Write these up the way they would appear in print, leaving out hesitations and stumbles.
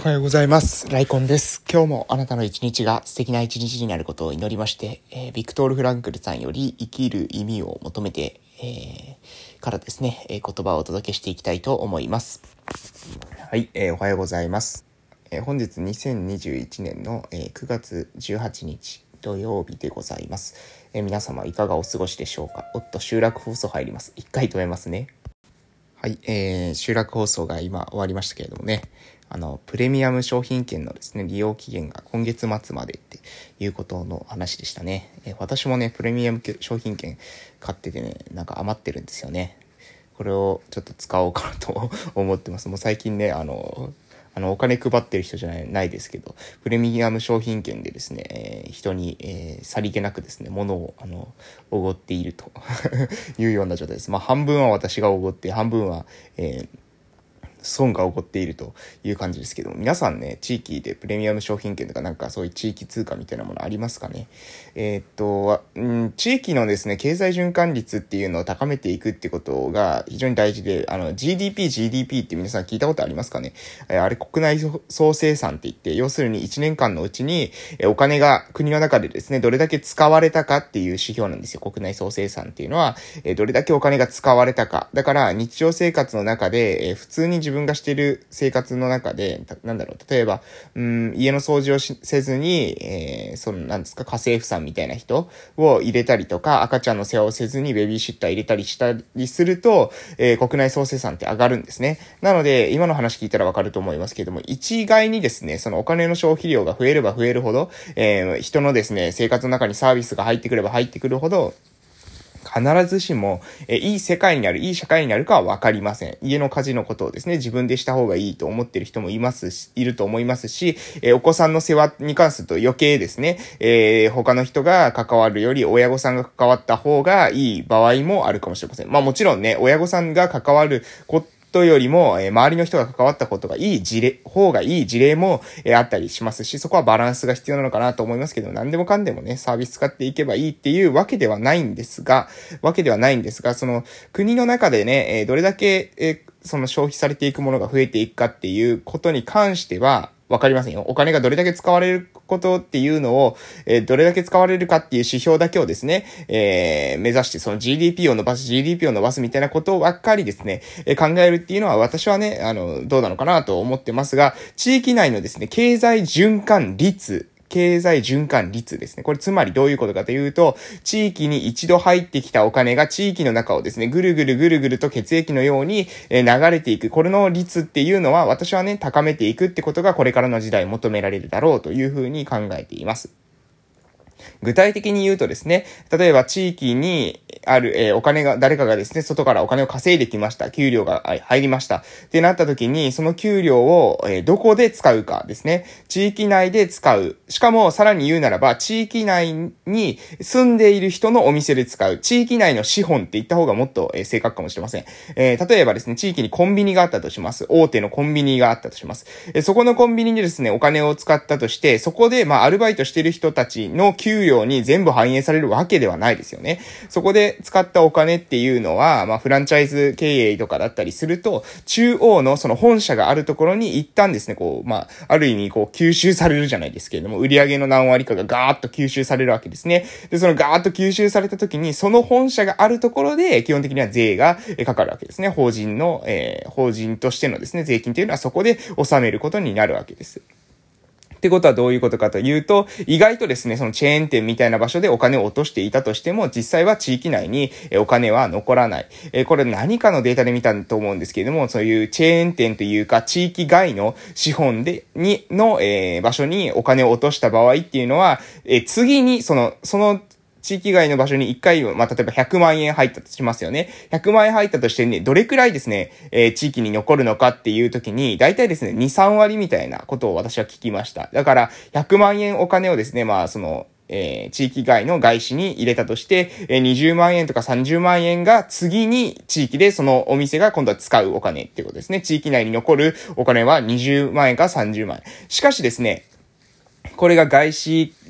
おはようございます。ライコンです。今日もあなたの一日が素敵な一日になることを祈りまして、ビクトール・フランクルさんより生きる意味を求めて、からですね、言葉をお届けしていきたいと思います。はい、おはようございます。本日2021年の、9月18日土曜日でございます。皆様いかがお過ごしでしょうか。集落放送入ります。一回止めますね。はい、集落放送が今終わりましたけれどもね、プレミアム商品券のですね、利用期限が今月末までっていうことの話でしたね。私もね、プレミアム商品券買っててね、なんか余ってるんですよね。これをちょっと使おうかなと思ってます。もう最近ね、お金配ってる人じゃないですけど、プレミアム商品券でですね、人に、さりげなくですね、物を、おごっているというような状態です。半分は私がおごって、半分は、損が起こっているという感じですけども、皆さんね、地域でプレミアム商品券とかなんかそういう地域通貨みたいなものありますかね。地域のですね、経済循環率っていうのを高めていくってことが非常に大事で、GDP って皆さん聞いたことありますかね。あれ国内総生産って言って、要するに1年間のうちにお金が国の中でですね、どれだけ使われたかっていう指標なんですよ。国内総生産っていうのは、どれだけお金が使われたか。だから日常生活の中で、普通に自分がしている生活の中で、例えば、家の掃除をせずに、家政婦さんみたいな人を入れたりとか、赤ちゃんの世話をせずにベビーシッター入れたりしたりすると、国内総生産って上がるんですね。なので、今の話聞いたらわかると思いますけれども、一概にですね、そのお金の消費量が増えれば増えるほど、人のですね、生活の中にサービスが入ってくれば入ってくるほど、必ずしも、いい世界になる、いい社会になるかはわかりません。家の家事のことをですね、自分でした方がいいと思っている人もいると思いますし、お子さんの世話に関すると余計ですね、他の人が関わるより親御さんが関わった方がいい場合もあるかもしれません。もちろんね、親御さんが関わることよりも、周りの人が関わったことが方がいい事例も、あったりしますし、そこはバランスが必要なのかなと思いますけど、何でもかんでもね、サービス使っていけばいいっていうわけではないんですが、その国の中でね、どれだけ、その消費されていくものが増えていくかっていうことに関しては、わかりませんよ。お金がどれだけ使われることっていうのを、どれだけ使われるかっていう指標だけをですね、目指してその GDP を伸ばすみたいなことばっかりですね、考えるっていうのは私はね、どうなのかなと思ってますが、地域内のですね、経済循環率ですね。これつまりどういうことかというと、地域に一度入ってきたお金が地域の中をですね、ぐるぐると血液のように流れていく。これの率っていうのは私はね、高めていくってことがこれからの時代求められるだろうというふうに考えています。具体的に言うとですね、例えば地域にある、お金が、誰かがですね、外からお金を稼いできました。給料が入りました。ってなった時に、その給料を、どこで使うかですね。地域内で使う。しかも、さらに言うならば、地域内に住んでいる人のお店で使う。地域内の資本って言った方がもっと、正確かもしれません。例えばですね、地域にコンビニがあったとします。大手のコンビニがあったとします。そこのコンビニでですね、お金を使ったとして、そこで、アルバイトしている人たちの給料に全部反映されるわけではないですよね。そこで使ったお金っていうのは、フランチャイズ経営とかだったりすると、中央のその本社があるところに一旦ですね、ある意味吸収されるじゃないですけれども、売上の何割かがガーッと吸収されるわけですね。で、そのガーッと吸収された時に、その本社があるところで、基本的には税がかかるわけですね。法人としてのですね、税金というのはそこで納めることになるわけです。ってことはどういうことかというと、意外とですね、そのチェーン店みたいな場所でお金を落としていたとしても、実際は地域内にお金は残らない。これ何かのデータで見たと思うんですけれども、そういうチェーン店というか、地域外の資本の場所にお金を落とした場合っていうのは、次にその地域外の場所に1回、例えば100万円入ったとしますよね。100万円入ったとしてね、どれくらいですね、地域に残るのかっていう時に、だいたいですね、2、3割みたいなことを私は聞きました。だから、100万円お金をですね、地域外の外資に入れたとして、20万円とか30万円が次に地域でそのお店が今度は使うお金っていうことですね。地域内に残るお金は20万円から30万円。しかしですね、これが外資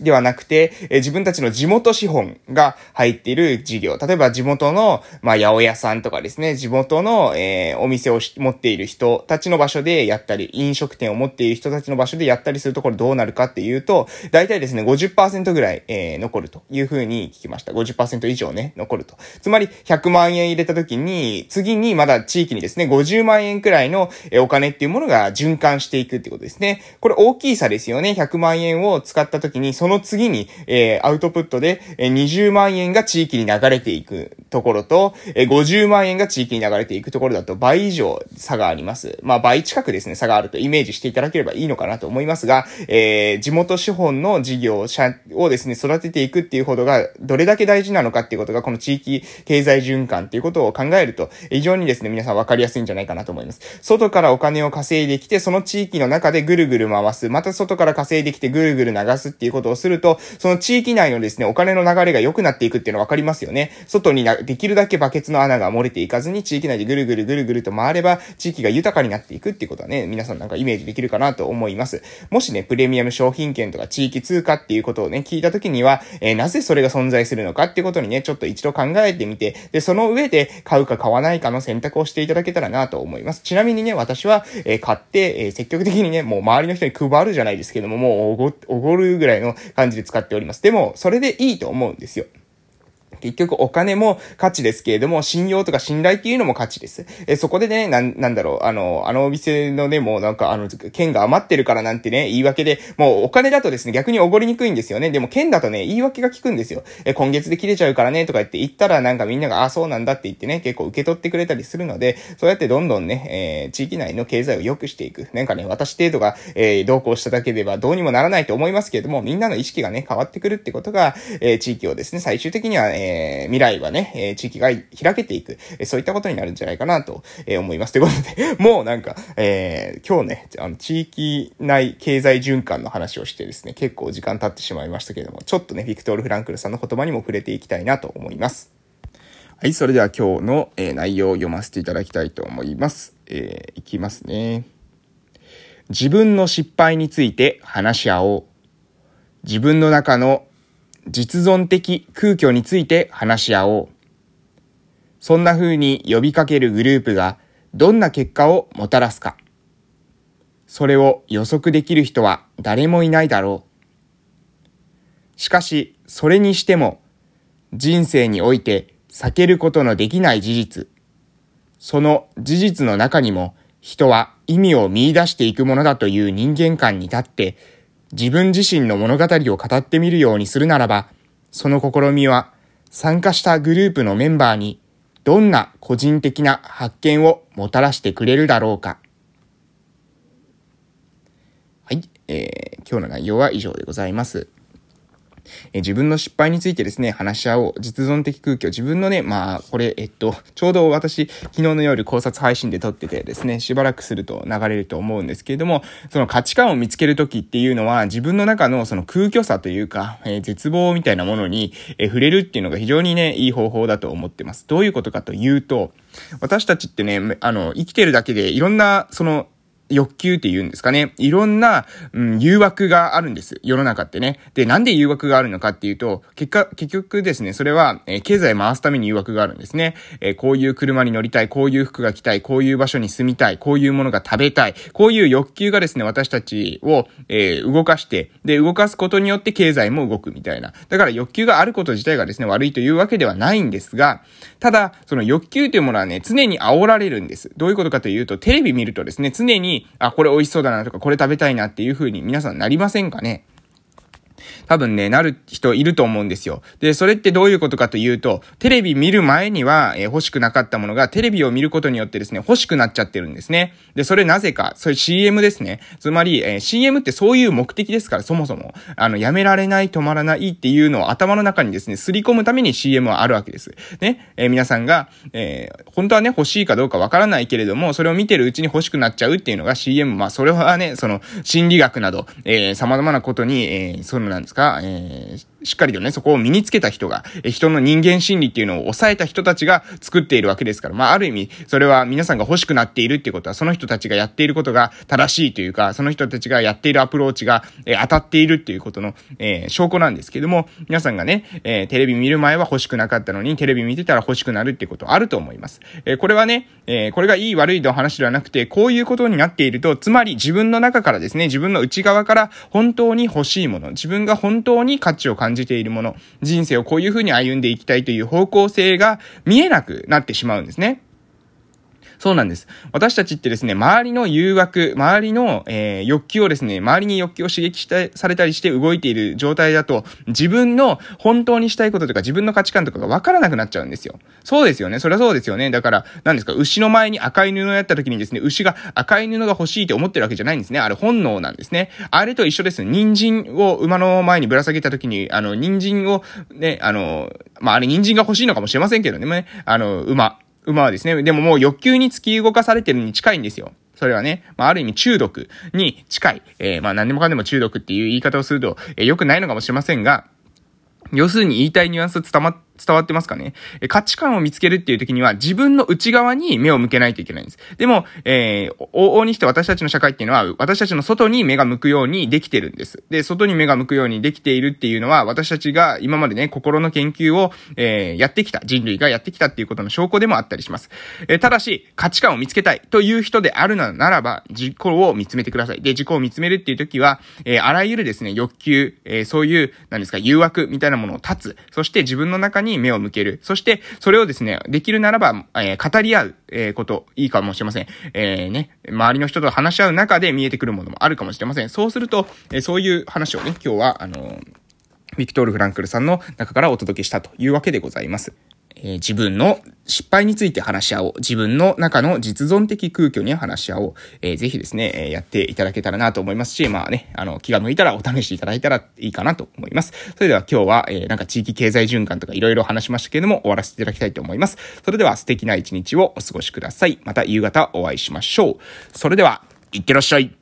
ではなくて、自分たちの地元資本が入っている事業。例えば地元の、八百屋さんとかですね、地元の、お店を持っている人たちの場所でやったり、飲食店を持っている人たちの場所でやったりするところどうなるかっていうと、大体ですね、50% ぐらい、残るというふうに聞きました。50% 以上ね、残ると。つまり、100万円入れた時に、次にまだ地域にですね、50万円くらいのお金っていうものが循環していくってことですね。これ大きい差ですよね。100万円を使った時に、その次に、アウトプットで、20万円が地域に流れていくところと、50万円が地域に流れていくところだと倍以上差があります。倍近くですね、差があるとイメージしていただければいいのかなと思いますが、地元資本の事業者をですね、育てていくっていうほどがどれだけ大事なのかっていうことが、この地域経済循環っていうことを考えると、非常にですね、皆さん分かりやすいんじゃないかなと思います。外からお金を稼いできて、その地域の中でぐるぐる回す。また外から稼いできてぐるぐる流すっていうことをすると、その地域内のですね、お金の流れが良くなっていくっていうのは分かりますよね。外にできるだけバケツの穴が漏れていかずに、地域内でぐるぐるぐるぐると回れば、地域が豊かになっていくっていうことはね、皆さんなんかイメージできるかなと思います。もしね、プレミアム商品券とか地域通貨っていうことをね、聞いたときには、なぜそれが存在するのかっていうことにね、ちょっと一度考えてみて、で、その上で買うか買わないかの選択をしていただけたらなと思います。ちなみにね、私は、買って、積極的にね、もう周りの人に配るじゃないですけども、もうおごるぐらいの感じで使っております。でも、それでいいと思うんですよ。結局お金も価値ですけれども、信用とか信頼っていうのも価値です。そこでね、なんだろう、あのお店のね、もうなんか券が余ってるからなんてね、言い訳で、もうお金だとですね、逆におごりにくいんですよね。でも券だとね、言い訳が効くんですよ。今月で切れちゃうからね、とか言ったらなんかみんなが、そうなんだって言ってね、結構受け取ってくれたりするので、そうやってどんどんね、地域内の経済を良くしていく。なんかね、私程度が、同行しただけではどうにもならないと思いますけれども、みんなの意識がね、変わってくるってことが、地域をですね、最終的には、未来はね、地域が開けていく、そういったことになるんじゃないかなと、思います。ということで、もうなんか、今日ね、地域内経済循環の話をしてですね、結構時間経ってしまいましたけれども、ちょっとね、ビクトール・フランクルさんの言葉にも触れていきたいなと思います。はい、それでは今日の、内容を読ませていただきたいと思います。いきますね。自分の失敗について話し合おう。自分の中の実存的空虚について話し合おう。そんな風に呼びかけるグループがどんな結果をもたらすか。それを予測できる人は誰もいないだろう。しかし、それにしても、人生において避けることのできない事実。その事実の中にも、人は意味を見出していくものだという人間観に立って、自分自身の物語を語ってみるようにするならば、その試みは参加したグループのメンバーにどんな個人的な発見をもたらしてくれるだろうか。はい、今日の内容は以上でございます。自分の失敗についてですね、話し合おう。実存的空虚。自分のね、これ、ちょうど私、昨日の夜考察配信で撮っててですね、しばらくすると流れると思うんですけれども、その価値観を見つけるときっていうのは、自分の中のその空虚さというか、絶望みたいなものに、触れるっていうのが非常にね、いい方法だと思ってます。どういうことかというと、私たちってね、生きてるだけでいろんな、欲求って言うんですかね。いろんな、誘惑があるんです。世の中ってね。で、なんで誘惑があるのかっていうと、結局ですね、それは、経済回すために誘惑があるんですね。こういう車に乗りたい、こういう服が着たい、こういう場所に住みたい、こういうものが食べたい、こういう欲求がですね、私たちを、動かして、で、動かすことによって経済も動くみたいな。だから欲求があること自体がですね、悪いというわけではないんですが、ただ、その欲求というものはね、常に煽られるんです。どういうことかというと、テレビ見るとですね、常に、これ美味しそうだなとか、これ食べたいなっていう風に皆さんなりませんかね？多分ね、なる人いると思うんですよ。で、それってどういうことかというと、テレビ見る前には、欲しくなかったものが、テレビを見ることによってですね、欲しくなっちゃってるんですね。で、それなぜか、それ CM ですね。つまり、CM ってそういう目的ですから、そもそも。やめられない、止まらないっていうのを頭の中にですね、すり込むために CM はあるわけです。ね、皆さんが、本当はね、欲しいかどうかわからないけれども、それを見てるうちに欲しくなっちゃうっていうのが CM。それはね、心理学など、様々なことに、なんですか、 しっかりとね、そこを身につけた人が、人の人間心理っていうのを抑えた人たちが作っているわけですから、まあ、ある意味、それは皆さんが欲しくなっているっていうことは、その人たちがやっていることが正しいというか、その人たちがやっているアプローチが、当たっているっていうことの、証拠なんですけども、皆さんがね、テレビ見る前は欲しくなかったのに、テレビ見てたら欲しくなるっていうことあると思います。これはね、これがいい悪いの話ではなくて、こういうことになっていると、つまり自分の中からですね、自分の内側から本当に欲しいもの、自分が本当に価値を感じているもの、人生をこういう風に歩んでいきたいという方向性が見えなくなってしまうんですね。そうなんです。私たちってですね、周りの誘惑、周りの、欲求をですね、周りに欲求を刺激されたりして動いている状態だと、自分の本当にしたいこととか自分の価値観とかが分からなくなっちゃうんですよ。そうですよね。そりゃそうですよね。だから、何ですか、牛の前に赤い布をやった時にですね、牛が赤い布が欲しいって思ってるわけじゃないんですね。あれ本能なんですね。あれと一緒です。人参を馬の前にぶら下げた時に、人参をね、まあ、あれ人参が欲しいのかもしれませんけどね、馬はですね、でももう欲求に突き動かされてるに近いんですよ。それはね、まあ、ある意味中毒に近い。まあ、何でもかんでも中毒っていう言い方をすると、良くないのかもしれませんが、要するに言いたいニュアンス伝わってますかね。価値観を見つけるっていう時には自分の内側に目を向けないといけないんです。でも、往々にして私たちの社会っていうのは私たちの外に目が向くようにできてるんです。で、外に目が向くようにできているっていうのは私たちが今までね、心の研究を、やってきた、人類がやってきたっていうことの証拠でもあったりします。ただし、価値観を見つけたいという人であるならば、自己を見つめてください。で、自己を見つめるっていう時は、あらゆるですね、欲求、そういう、何ですか、誘惑みたいなものを断つ。そして自分の中に目を向ける。そして、それをですね、できるならば、語り合う、こと、いいかもしれません。周りの人と話し合う中で見えてくるものもあるかもしれません。そうすると、そういう話をね、今日は、ビクトール・フランクルさんの中からお届けしたというわけでございます。自分の失敗について話し合おう。自分の中の実存的空虚に話し合おう。ぜひですね、やっていただけたらなと思いますし、まあね、気が向いたらお試しいただいたらいいかなと思います。それでは今日は、なんか地域経済循環とかいろいろ話しましたけれども、終わらせていただきたいと思います。それでは素敵な一日をお過ごしください。また夕方お会いしましょう。それでは、いってらっしゃい。